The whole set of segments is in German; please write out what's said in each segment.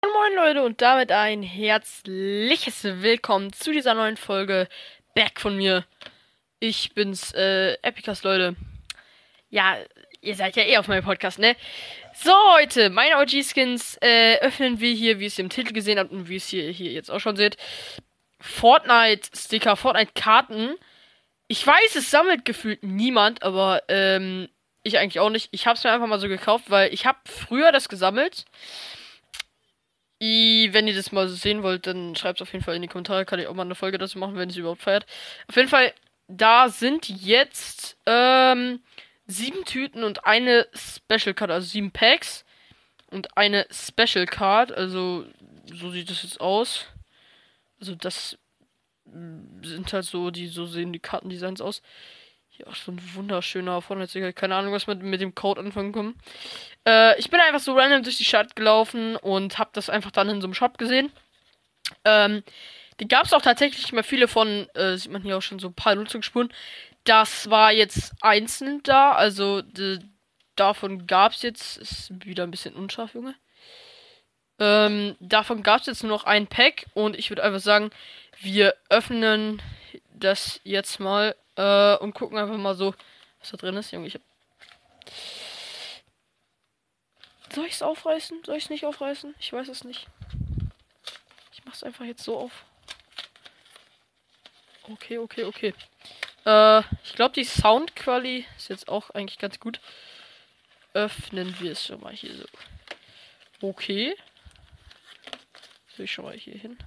Moin Leute und damit ein herzliches Willkommen zu dieser neuen Folge Back von mir. Ich bin's, Epicast, Leute. Ja, ihr seid ja eh auf meinem Podcast, ne? So, heute, meine OG-Skins, öffnen wir hier, wie ihr es im Titel gesehen habt und wie ihr es hier jetzt auch schon seht. Fortnite-Sticker, Fortnite-Karten. Ich weiß, es sammelt gefühlt niemand, aber, ich eigentlich auch nicht. Ich hab's mir einfach mal so gekauft, weil ich hab früher das gesammelt. Wenn ihr das mal so sehen wollt, dann schreibt es auf jeden Fall in die Kommentare. Kann ich auch mal eine Folge dazu machen, wenn es überhaupt feiert. Auf jeden Fall, da sind jetzt 7 Tüten und eine Special Card, also 7 Packs und eine Special Card. Also so sieht es jetzt aus. Also das sind halt so sehen die Kartendesigns aus. Hier auch so ein wunderschöner Fortnite-Sticker. Keine Ahnung, was man mit dem Code anfangen kann. Ich bin einfach so random durch die Stadt gelaufen und hab das einfach dann in so einem Shop gesehen. Ähm, die gab es auch tatsächlich mal viele von, sieht man hier auch schon so ein paar Nutzungsspuren. Das war jetzt einzeln da, also davon gab es jetzt, ist wieder ein bisschen unscharf, Junge. Davon gab es jetzt nur noch ein Pack und ich würde einfach sagen, wir öffnen das jetzt mal und gucken einfach mal so, was da drin ist. Junge, soll ich es aufreißen? Soll ich es nicht aufreißen? Ich weiß es nicht. Ich mach's einfach jetzt so auf. Okay, okay, okay. Ich glaube, die Soundqualität ist jetzt auch eigentlich ganz gut. Öffnen wir es schon mal hier so. Okay. Soll ich schon mal hier hin?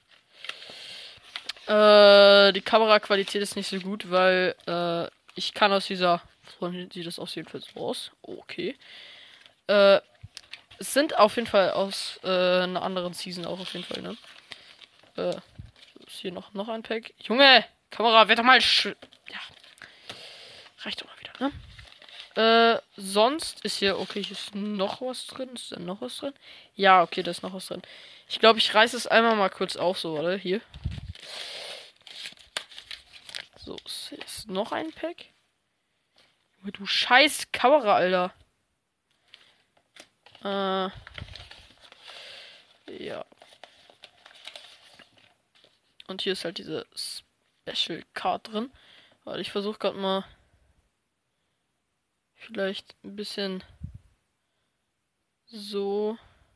Die Kameraqualität ist nicht so gut, weil ich kann aus dieser. Von hinten sieht das auf jeden Fall so aus. Okay. Es sind auf jeden Fall aus einer anderen Season auch auf jeden Fall, ne? Ist hier noch ein Pack. Junge! Kamera, wird doch mal. Ja, reicht doch mal wieder, ne? Sonst ist hier, okay, hier ist noch was drin. Ist da noch was drin? Ja, okay, da ist noch was drin. Ich glaube, ich reiße es einmal mal kurz auf, so, oder? Hier. So, es ist noch ein Pack. Du scheiß Kamera, Alter. Ja. Und hier ist halt diese Special Card drin. Weil ich versuche gerade mal vielleicht ein bisschen so.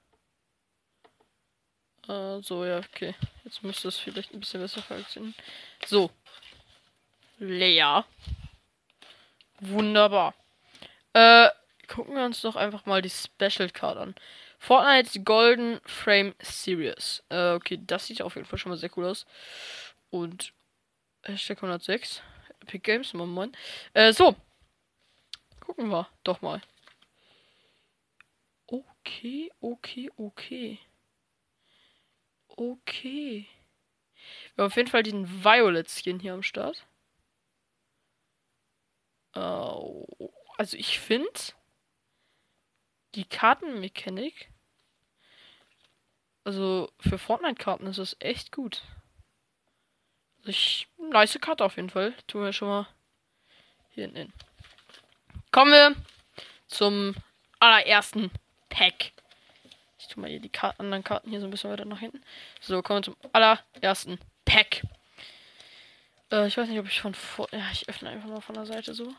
So, ja, okay. Jetzt müsste es vielleicht ein bisschen besser funktionieren. So. Leer. Wunderbar. Äh, gucken wir uns doch einfach mal die Special Card an. Fortnite Golden Frame Series. Okay, das sieht auf jeden Fall schon mal sehr cool aus. Und Hashtag 106. Epic Games, Moin Moin. So. Gucken wir doch mal. Okay, okay, okay. Okay. Wir haben auf jeden Fall den Violet Skin hier am Start. Also ich finde die Kartenmechanik, also für Fortnite-Karten ist das echt gut. Also nice Karte auf jeden Fall. Tun wir schon mal hier hin. Kommen wir zum allerersten Pack. Ich tue mal hier die anderen Karten hier so ein bisschen weiter nach hinten. So, kommen wir zum allerersten Pack. Ich weiß nicht, ob ich von vor. Ja, ich öffne einfach mal von der Seite so.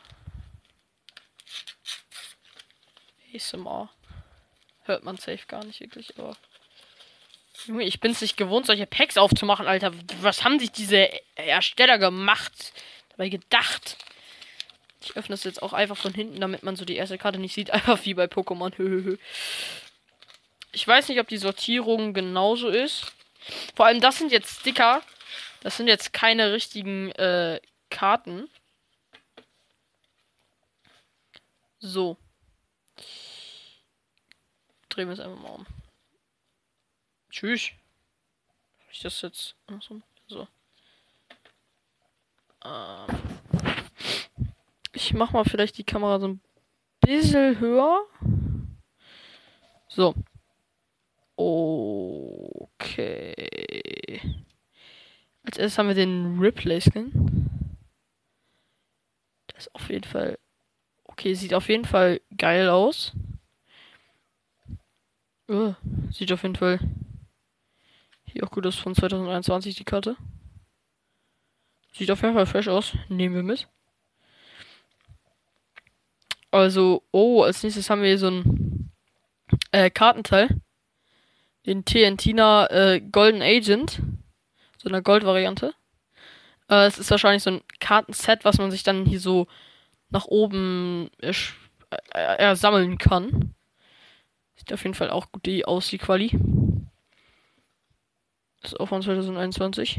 ASMR. Hört man safe gar nicht wirklich, aber. Junge, ich bin's nicht gewohnt, solche Packs aufzumachen, Alter. Was haben sich diese Ersteller gemacht? Dabei gedacht. Ich öffne es jetzt auch einfach von hinten, damit man so die erste Karte nicht sieht. Einfach wie bei Pokémon. Ich weiß nicht, ob die Sortierung genauso ist. Vor allem, das sind jetzt Sticker. Das sind jetzt keine richtigen Karten. So. Drehen wir es einfach mal um. Tschüss. Ich das jetzt. So. Ich mach mal vielleicht die Kamera so ein bisschen höher. So. Okay. Als erstes haben wir den Ripley-Skin. Das ist auf jeden Fall. Okay, sieht auf jeden Fall geil aus. Sieht auf jeden Fall hier auch gut aus von 2021, die Karte. Sieht auf jeden Fall fresh aus. Nehmen wir mit. Also, oh, als nächstes haben wir hier so ein Kartenteil. Den TNTina Golden Agent. So eine Gold-Variante. Es ist wahrscheinlich so ein Kartenset, was man sich dann hier so nach oben sammeln kann. Sieht auf jeden Fall auch gut aus, die Quali. Ist auch von 2021.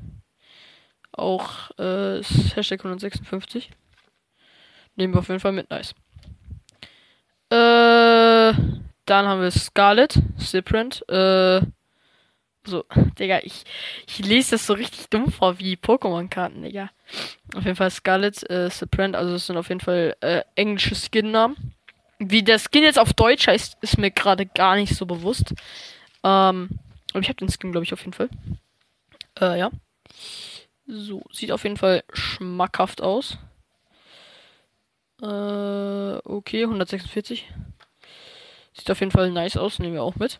Auch ist Hashtag 156. Nehmen wir auf jeden Fall mit, nice. Dann haben wir Scarlet, Siprant. So, Digga, ich lese das so richtig dumm vor wie Pokémon-Karten, Digga. Auf jeden Fall Scarlet, Siprant, also das sind auf jeden Fall englische Skin-Namen. Wie der Skin jetzt auf Deutsch heißt, ist mir gerade gar nicht so bewusst. Aber ich habe den Skin, glaube ich, auf jeden Fall. Ja. So, sieht auf jeden Fall schmackhaft aus. Okay, 146. Sieht auf jeden Fall nice aus, nehmen wir auch mit.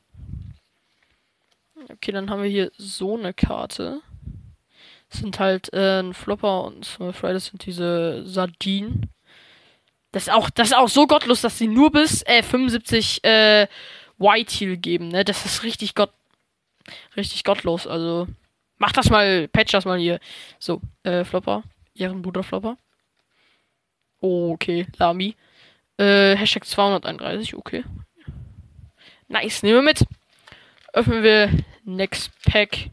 Okay, dann haben wir hier so eine Karte. Das sind halt ein Flopper und Small Fry, das sind diese Sardinen. Das ist auch so gottlos, dass sie nur bis 75 White-Heal geben, ne? Das ist richtig gottlos. Also, mach das mal, patch das mal hier. So, Flopper. Ehrenbruder Flopper. Oh, okay, Lami. Hashtag 231, okay. Nice, nehmen wir mit. Öffnen wir Next Pack.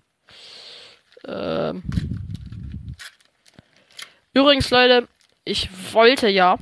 Übrigens, Leute, ich wollte ja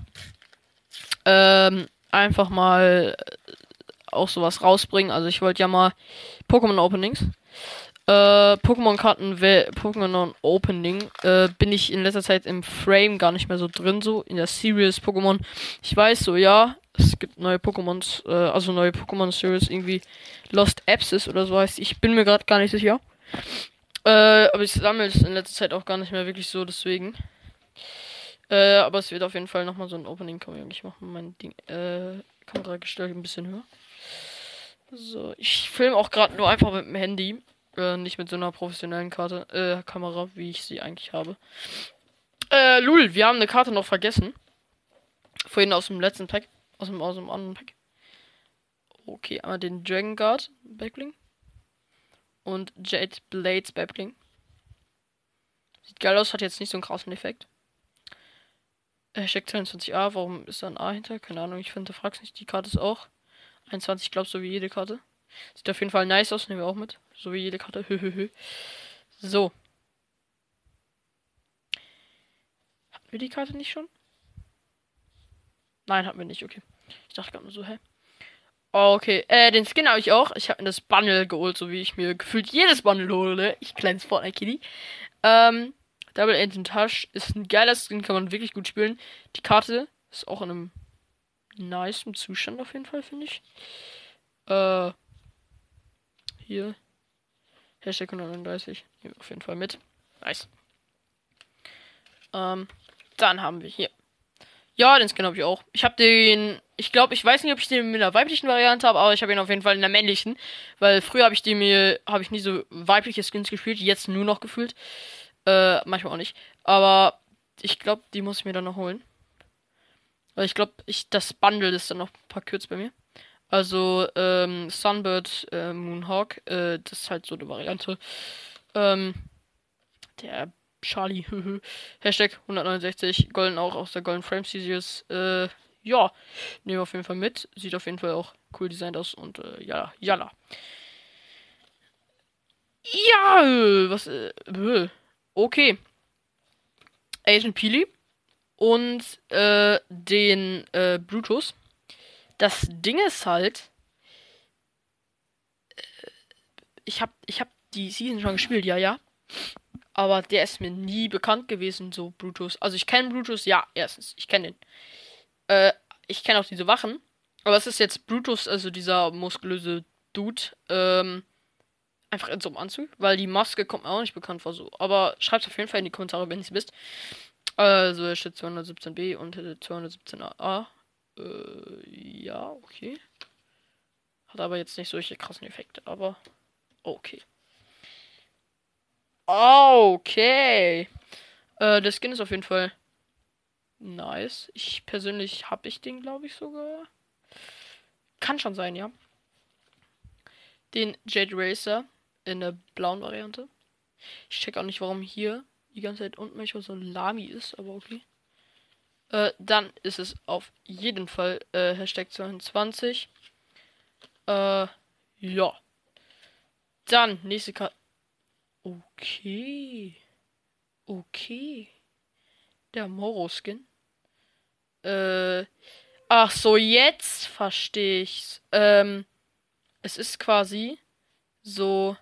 einfach mal auch sowas rausbringen. Also ich wollte ja mal Pokémon Openings. Pokémon-Karten, Pokémon Opening, bin ich in letzter Zeit im Frame gar nicht mehr so drin, so in der Series Pokémon. Ich weiß so, ja, es gibt neue Pokémons, also neue Pokémon Series, irgendwie Lost Apsis oder so heißt. Ich bin mir gerade gar nicht sicher. Aber ich sammle es in letzter Zeit auch gar nicht mehr wirklich so, deswegen. Aber es wird auf jeden Fall nochmal so ein Opening kommen. Ich mache mein Ding, Kamera gestellt ein bisschen höher. So, ich filme auch gerade nur einfach mit dem Handy. Nicht mit so einer professionellen Kamera, wie ich sie eigentlich habe. Lul, wir haben eine Karte noch vergessen. Vorhin aus dem letzten Pack. Aus dem anderen Pack. Okay, einmal den Dragon Guard Backbling. Und Jet Blades Backbling. Sieht geil aus, hat jetzt nicht so einen krassen Effekt. Hashtag 22a, warum ist da ein A hinter? Keine Ahnung, ich finde, frag's nicht. Die Karte ist auch 21, glaubst du, so wie jede Karte. Sieht auf jeden Fall nice aus, nehmen wir auch mit. So wie jede Karte. So. Hatten wir die Karte nicht schon? Nein, hatten wir nicht, okay. Ich dachte gerade nur so, hä? Okay, den Skin habe ich auch. Ich habe mir das Bundle geholt, so wie ich mir gefühlt jedes Bundle hole. Ich kleines Fortnite-Kitty. Double Agent Touch ist ein geiler Skin, kann man wirklich gut spielen. Die Karte ist auch in einem nicen Zustand auf jeden Fall, finde ich. Hier. Hashtag 139. Nehmen wir auf jeden Fall mit. Nice. Dann haben wir hier. Ja, den Skin habe ich auch. Ich habe den. Ich glaube, ich weiß nicht, ob ich den mit einer weiblichen Variante habe, aber ich habe ihn auf jeden Fall in der männlichen. Weil früher habe ich nie so weibliche Skins gespielt, jetzt nur noch gefühlt. Manchmal auch nicht. Aber ich glaube, die muss ich mir dann noch holen. Weil ich glaube, das Bundle ist dann noch ein paar kürz bei mir. Also, Sunbird, Moonhawk, das ist halt so eine Variante. Der Charlie, Hashtag 169, Golden auch aus der Golden Frame Series. Ja, nehmen wir auf jeden Fall mit. Sieht auf jeden Fall auch cool designt aus und ja, jalla. Ja, okay. Agent Peely und den Brutus. Das Ding ist halt, ich hab die Season schon gespielt, ja. Aber der ist mir nie bekannt gewesen, so Brutus. Also ich kenne Brutus, ja, erstens. Ich kenne den. Ich kenne auch diese Wachen. Aber es ist jetzt Brutus, also dieser muskulöse Dude, einfach in so einem Anzug. Weil die Maske kommt mir auch nicht bekannt vor so. Aber schreibt auf jeden Fall in die Kommentare, wenn ihr es wisst. Also er steht 217b und 217a. Ja, okay. Hat aber jetzt nicht solche krassen Effekte, aber okay. Okay. Der Skin ist auf jeden Fall nice. Ich persönlich habe ich den, glaube ich, sogar. Kann schon sein, ja. Den Jade Racer in der blauen Variante. Ich check auch nicht, warum hier die ganze Zeit unten manchmal so ein Lami ist, aber okay. Dann ist es auf jeden Fall Hashtag 22. Ja. Dann nächste Karte. Okay. Okay. Der Moro-Skin. Ach so, jetzt verstehe ich's. Es ist quasi so,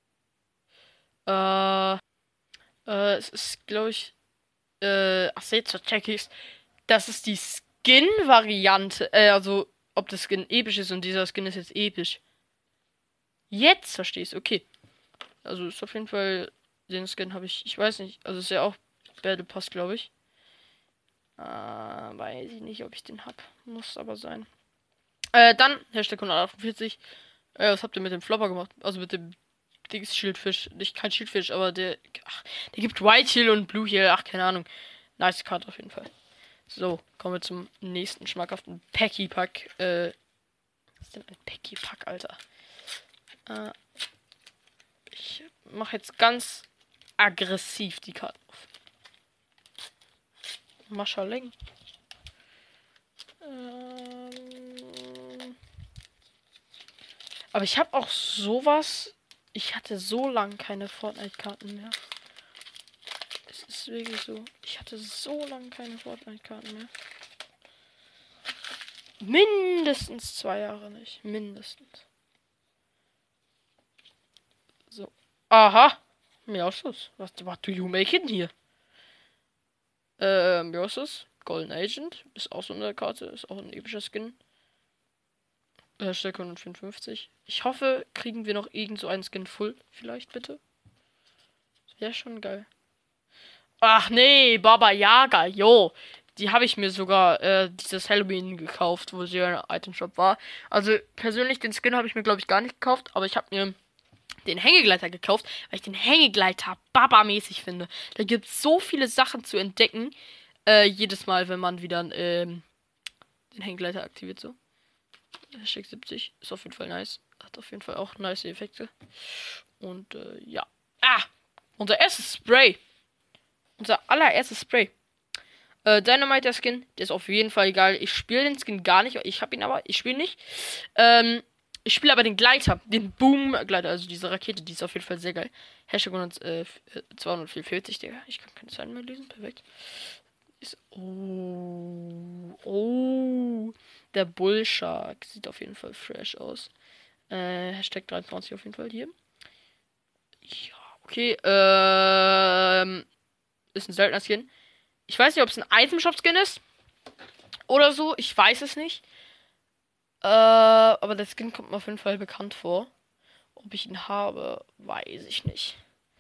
es ist, glaube ich, ach so, jetzt check ich's. Das ist die Skin-Variante, also, ob das Skin episch ist und dieser Skin ist jetzt episch. Jetzt verstehe ich's, okay. Also, ist auf jeden Fall, den Skin habe ich weiß nicht, also ist ja auch Battle Pass, glaube ich. Weiß ich nicht, ob ich den hab. Muss aber sein. Dann, Hashtag 148. Was habt ihr mit dem Flopper gemacht? Also mit dem Dings Schildfisch. Nicht kein Schildfisch, aber der. Ach, der gibt White Heal und Blue Heal. Ach, keine Ahnung. Nice Card auf jeden Fall. So, kommen wir zum nächsten schmackhaften Packy-Pack. Was ist denn ein Packy-Pack, Alter? Ich mache jetzt ganz aggressiv die Karte auf. Maschaleng. Aber ich habe auch sowas. Ich hatte so lange keine Fortnite-Karten mehr. Es ist wirklich so. Ich hatte so lange keine Fortnite-Karten mehr. Mindestens 2 Jahre nicht. Mindestens. So. Aha. Miosus. What do you make in here? Miosus. Golden Agent. Ist auch so eine Karte. Ist auch ein epischer Skin. Hashtag 154. Ich hoffe, kriegen wir noch irgend so einen Skin full. Vielleicht, bitte. Wäre schon geil. Ach nee, Baba Yaga, jo. Die habe ich mir sogar dieses Halloween gekauft, wo sie in Item Shop war. Also persönlich den Skin habe ich mir glaube ich gar nicht gekauft, aber ich habe mir den Hängegleiter gekauft, weil ich den Hängegleiter Baba-mäßig finde. Da gibt es so viele Sachen zu entdecken. Jedes Mal, wenn man wieder den Hängegleiter aktiviert so. Hashtag 70 ist auf jeden Fall nice. Hat auf jeden Fall auch nice Effekte. Und ja. Unser erstes Spray. Unser allererstes Spray. Dynamite der Skin. Der ist auf jeden Fall egal. Ich spiele den Skin gar nicht. Ich habe ihn aber. Ich spiele nicht. Ich spiele aber den Gleiter. Den Boom-Gleiter. Also diese Rakete. Die ist auf jeden Fall sehr geil. Hashtag 244, Digga. Ich kann keine Zeilen mehr lesen. Perfekt. Oh. Der Bullshark. Sieht auf jeden Fall fresh aus. Hashtag 23 auf jeden Fall hier. Ja, okay. Ist ein seltener Skin. Ich weiß nicht, ob es ein Item-Shop-Skin ist. Oder so. Ich weiß es nicht. Aber der Skin kommt mir auf jeden Fall bekannt vor. Ob ich ihn habe, weiß ich nicht.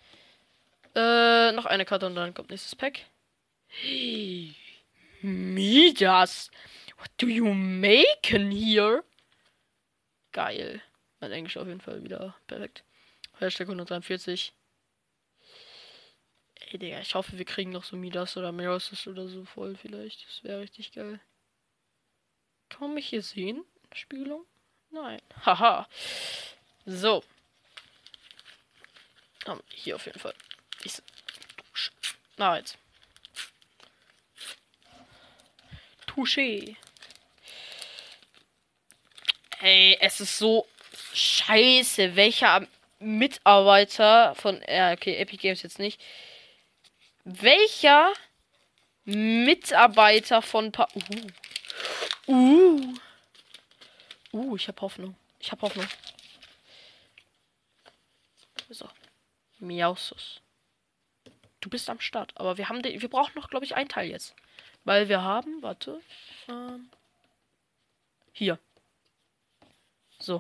Noch eine Karte und dann kommt nächstes Pack. Hey, Midas. What do you making here? Geil. Mein Englisch auf jeden Fall wieder perfekt. Hashtag 143. Ey, Digga, ich hoffe, wir kriegen noch so Midas oder Merosis oder so voll vielleicht. Das wäre richtig geil. Kann man mich hier sehen? In der Spiegelung? Nein. Haha. So. Hier auf jeden Fall. Na jetzt. Touché. Ey, es ist so scheiße. Welcher Mitarbeiter von. Okay, Epic Games jetzt nicht. Welcher Mitarbeiter von ich habe Hoffnung. Ich habe Hoffnung. So. Miausus. Du bist am Start. Aber wir brauchen noch, glaube ich, einen Teil jetzt. Weil wir haben, warte. Hier. So.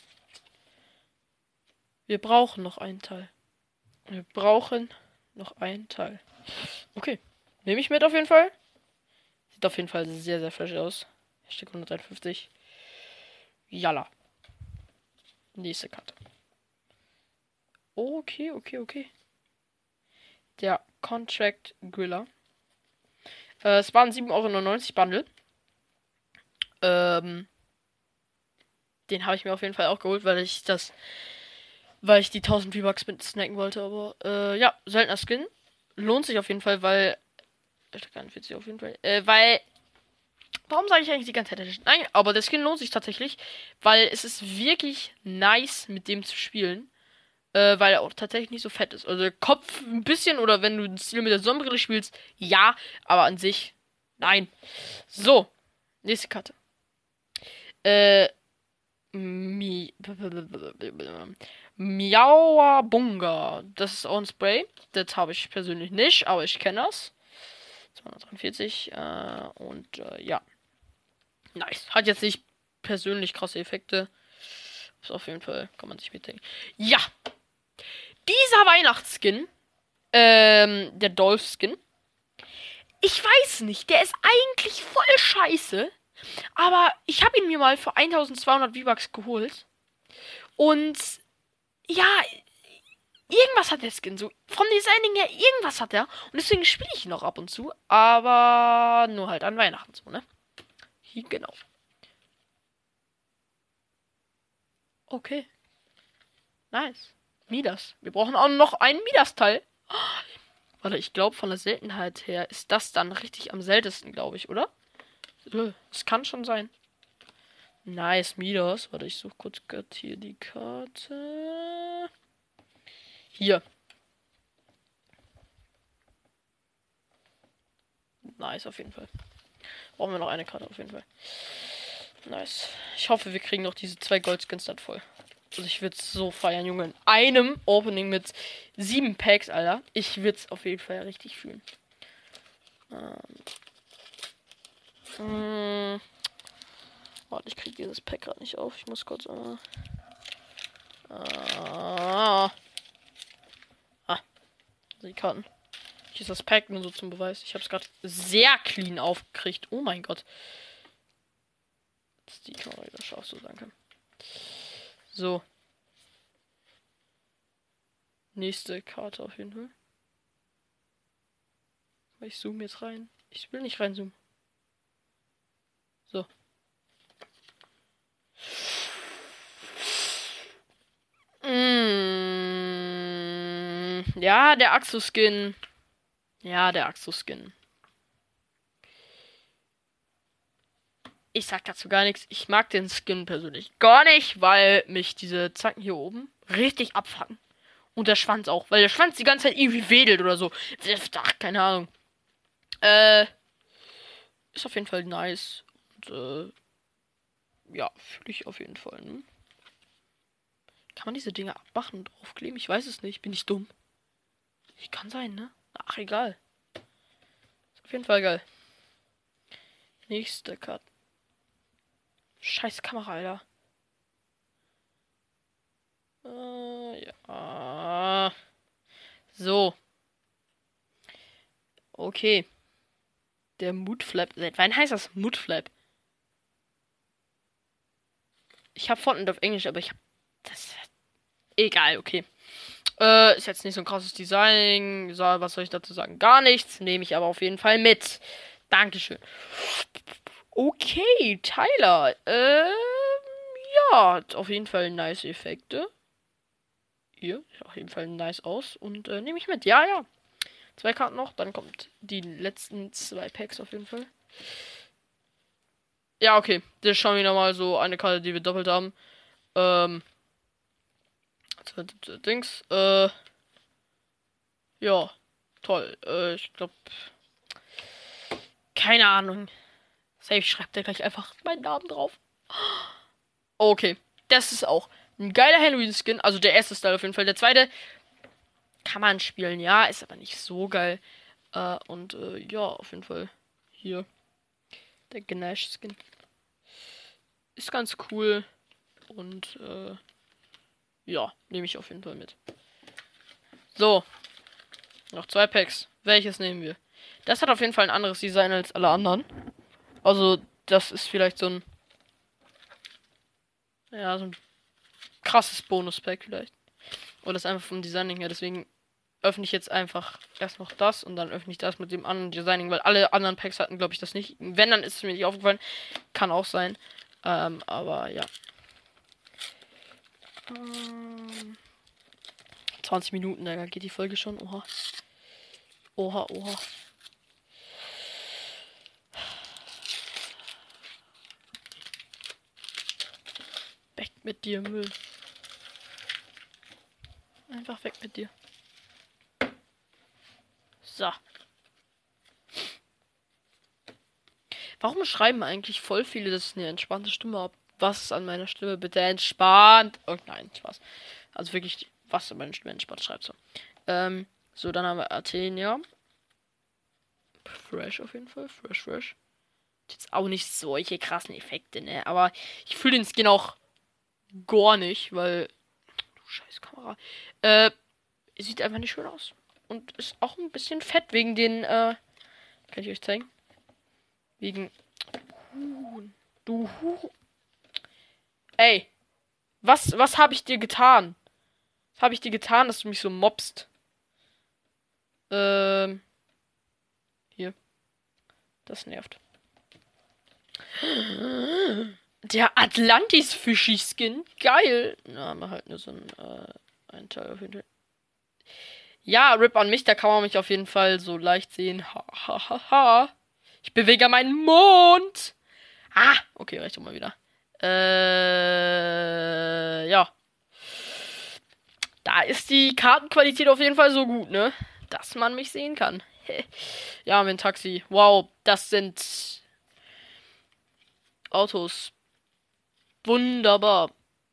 Wir brauchen noch einen Teil. Wir brauchen noch einen Teil. Okay. Nehme ich mit auf jeden Fall. Sieht auf jeden Fall sehr, sehr fresh aus. Hashtag 153. Jalla. Nächste Karte. Okay. Der Contract Griller. Es waren 7,99 € Bundle. Den habe ich mir auf jeden Fall auch geholt, weil ich die 1000 V-Bucks mit snacken wollte. Aber ja, seltener Skin. Lohnt sich auf jeden Fall, weil. 41 auf jeden Fall. Weil. Warum sage ich eigentlich die ganze Zeit? Nein, aber der Skin lohnt sich tatsächlich, weil es ist wirklich nice, mit dem zu spielen. Weil er auch tatsächlich nicht so fett ist. Also der Kopf ein bisschen, oder wenn du den Stil mit der Sonnenbrille spielst, ja, aber an sich, nein. So, nächste Karte. Miauabunga. Das ist auch ein Spray. Das habe ich persönlich nicht, aber ich kenne das. 243. Ja. Nice. Hat jetzt nicht persönlich krasse Effekte. Ist auf jeden Fall, kann man sich mitdenken. Ja. Dieser Weihnachtsskin. Der Dolph-Skin. Ich weiß nicht, der ist eigentlich voll scheiße. Aber ich habe ihn mir mal für 1200 V-Bucks geholt. Und ja, irgendwas hat der Skin so. Vom Designing her, irgendwas hat er. Und deswegen spiele ich ihn noch ab und zu. Aber nur halt an Weihnachten so, ne? Hier, genau. Okay. Nice. Midas. Wir brauchen auch noch einen Midas-Teil. Warte, ich glaube, von der Seltenheit her ist das dann richtig am seltensten, glaube ich, oder? Es kann schon sein. Nice, Midas. Warte, ich suche kurz hier die Karte. Hier. Nice, auf jeden Fall. Brauchen wir noch eine Karte, auf jeden Fall. Nice. Ich hoffe, wir kriegen noch diese 2 Goldskins dann voll. Also ich würde es so feiern, Junge. In einem Opening mit 7 Packs, Alter. Ich würde es auf jeden Fall richtig fühlen. Warte, ich kriege dieses Pack gerade nicht auf. Ich muss kurz. Die Karten. Hier ist das Pack nur so zum Beweis. Ich habe es gerade sehr clean aufgekriegt. Oh mein Gott. Jetzt die Kamera wieder scharf, so danke. So. Nächste Karte auf jeden Fall. Ich zoome jetzt rein. Ich will nicht reinzoomen. So. Ja, der Axo-Skin. Ja, der Axo-Skin. Ich sag dazu gar nichts. Ich mag den Skin persönlich gar nicht, weil mich diese Zacken hier oben richtig abfacken. Und der Schwanz auch, weil der Schwanz die ganze Zeit irgendwie wedelt oder so. Ach, keine Ahnung. Ist auf jeden Fall nice. Und, ja, fühle ich auf jeden Fall, ne? Kann man diese Dinge abmachen und draufkleben? Ich weiß es nicht. Bin ich dumm? Ich kann sein, ne? Ach, egal. Ist auf jeden Fall geil. Nächste Karte. Scheiß Kamera, Alter. Ja. So. Okay. Der Moodflap. Seit wann heißt das Moodflap? Ich habe Fortnite auf Englisch, aber ich habe das. Egal, okay. Ist jetzt nicht so ein krasses Design. So, was soll ich dazu sagen? Gar nichts. Nehme ich aber auf jeden Fall mit. Dankeschön. Okay, Tyler. Ja, hat auf jeden Fall nice Effekte. Hier, sieht auf jeden Fall nice aus. Und nehme ich mit. Ja, ja. 2 Karten noch, dann kommt die letzten 2 Packs auf jeden Fall. Ja, okay. Das schauen wir nochmal so eine Karte, die wir doppelt haben. Dings. Ja, toll. Ich glaube. Keine Ahnung. Safe schreibt er gleich einfach meinen Namen drauf. Okay. Das ist auch ein geiler Halloween-Skin. Also der erste Style auf jeden Fall. Der zweite kann man spielen, ja, ist aber nicht so geil. Ja, auf jeden Fall hier. Der Gnash-Skin. Ist ganz cool. Und, ja, nehme ich auf jeden Fall mit. So. Noch 2 Packs. Welches nehmen wir? Das hat auf jeden Fall ein anderes Design als alle anderen. Also, das ist vielleicht so ein. Ja, so ein krasses Bonus-Pack vielleicht. Oder das ist einfach vom Designing her. Deswegen öffne ich jetzt einfach erst noch das und dann öffne ich das mit dem anderen Designing, weil alle anderen Packs hatten, glaube ich, das nicht. Wenn, dann ist es mir nicht aufgefallen. Kann auch sein. Aber ja. 20 Minuten, da geht die Folge schon. Oha. Oha, oha. Weg mit dir, Müll. Einfach weg mit dir. So. Warum schreiben eigentlich voll viele, dass ich eine entspannte Stimme habe? Was ist an meiner Stimme bitte entspannt? Oh nein, Spaß. Also wirklich, was an meiner Stimme entspannt schreibt so. So, dann haben wir Athenia. Fresh auf jeden Fall. Fresh, fresh. Jetzt auch nicht solche krassen Effekte, ne? Aber ich fühle den Skin auch gar nicht, weil. Du scheiß Kamera. Sieht einfach nicht schön aus. Und ist auch ein bisschen fett wegen den, kann ich euch zeigen? Wegen. Du. Ey. Was habe ich dir getan? Was habe ich dir getan, dass du mich so mobst? Hier. Das nervt. Der Atlantis-Fischi-Skin. Geil. Na, aber halt nur so ein Teil auf jeden Fall. Ja, Rip an mich, da kann man mich auf jeden Fall so leicht sehen. Ha. Ich bewege meinen Mond. Ah, okay, reicht doch mal wieder. Ja. Da ist die Kartenqualität auf jeden Fall so gut, ne? Dass man mich sehen kann. Ja, mit dem Taxi. Wow, das sind Autos. Wunderbar.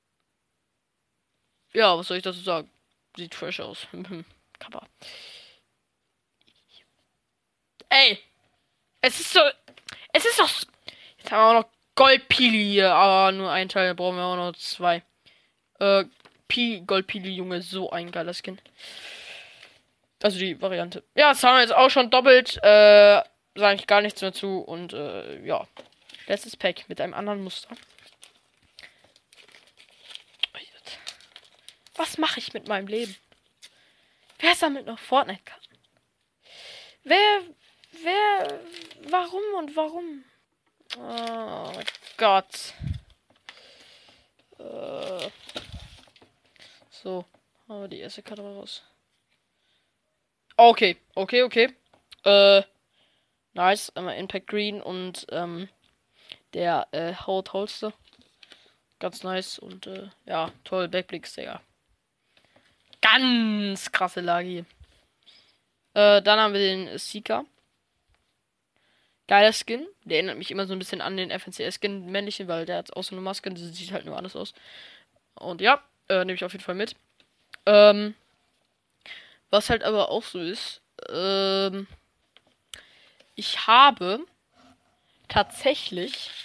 Ja, was soll ich dazu sagen? Sieht fresh aus. Kappa. Ey! Es ist so. Es ist doch. Jetzt haben wir auch noch Goldpili hier. Aber nur ein Teil, da brauchen wir auch noch zwei. Goldpili, Junge, so ein geiler Skin. Also die Variante. Ja, das haben wir jetzt auch schon doppelt. Sage ich gar nichts mehr zu. Und ja. Letztes Pack mit einem anderen Muster. Was mache ich mit meinem Leben? Wer sammelt noch Fortnite-Karten? Warum und warum? Oh Gott. So, haben wir die erste Karte mal raus. Okay. Nice. Einmal Impact Green und der Holster. Ganz nice und ja, toll. Backblicks, Digga. Ganz krasse Lage hier. Dann haben wir den Seeker. Geiler Skin. Der erinnert mich immer so ein bisschen an den FNCS-Skin, männlichen, weil der hat auch so eine Maske. Das sieht halt nur anders aus. Und ja, nehme ich auf jeden Fall mit. Was halt aber auch so ist, ich habe tatsächlich,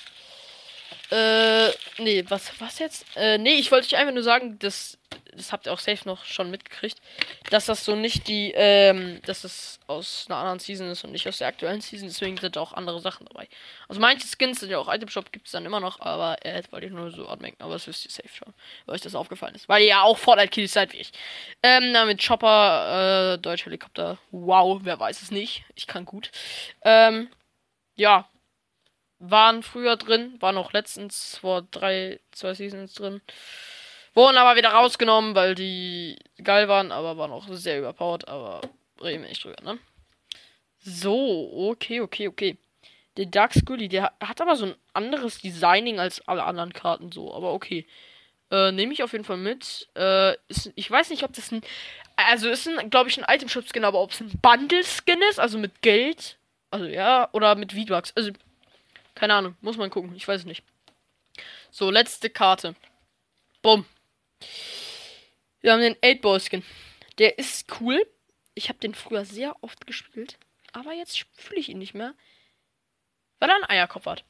nee, was jetzt? Nee, ich wollte euch einfach nur sagen, das habt ihr auch safe noch schon mitgekriegt, dass das so nicht dass das aus einer anderen Season ist und nicht aus der aktuellen Season, deswegen sind da auch andere Sachen dabei. Also manche Skins sind ja auch Item Shop, gibt es dann immer noch, aber wollte ich nur so anmerken, aber das wisst ihr safe schon, weil euch das aufgefallen ist, weil ihr ja auch Fortnite-Kills seid wie ich. Mit Chopper, Deutscher Helikopter, wow, wer weiß es nicht, ich kann gut. Ja, waren früher drin, waren auch letztens vor 2 Seasons drin. Wurden aber wieder rausgenommen, weil die geil waren, aber waren auch sehr überpowered, aber reden wir nicht drüber, ne? So, okay. Der Dark Scully, der hat aber so ein anderes Designing als alle anderen Karten so, aber okay. Nehme ich auf jeden Fall mit. Ich weiß nicht, ob das also ist glaube ich, ein Item-Shop-Skin, aber ob es ein Bundle-Skin ist, also mit Geld. Also ja, oder mit V-Bucks. Also, keine Ahnung, muss man gucken, ich weiß es nicht. So, letzte Karte. Bumm. Wir haben den 8-Ball-Skin. Der ist cool. Ich habe den früher sehr oft gespielt. Aber jetzt fühle ich ihn nicht mehr. Weil er einen Eierkopf hat.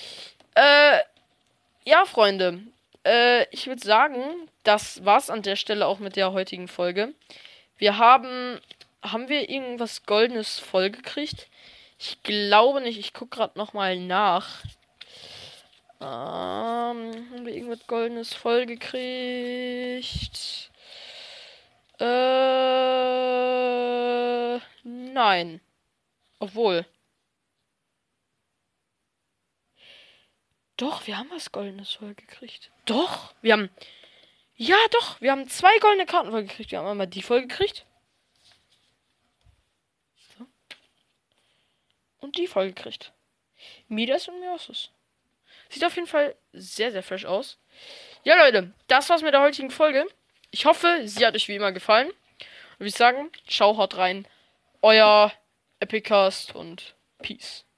Ja, Freunde. Ich würde sagen, das war's an der Stelle auch mit der heutigen Folge. Haben wir irgendwas Goldenes vollgekriegt? Ich glaube nicht. Ich gucke gerade nochmal nach. Haben wir irgendwas Goldenes voll gekriegt? Nein. Obwohl. Doch, wir haben was Goldenes voll gekriegt. Doch, wir haben. Ja, doch, wir haben 2 goldene Karten voll gekriegt. Wir haben einmal die voll gekriegt. So. Und die voll gekriegt. Midas und Miosis. Sieht auf jeden Fall sehr, sehr fresh aus. Ja, Leute, das war's mit der heutigen Folge. Ich hoffe, sie hat euch wie immer gefallen. Und würde ich sagen, ciao, haut rein. Euer Epicast und Peace.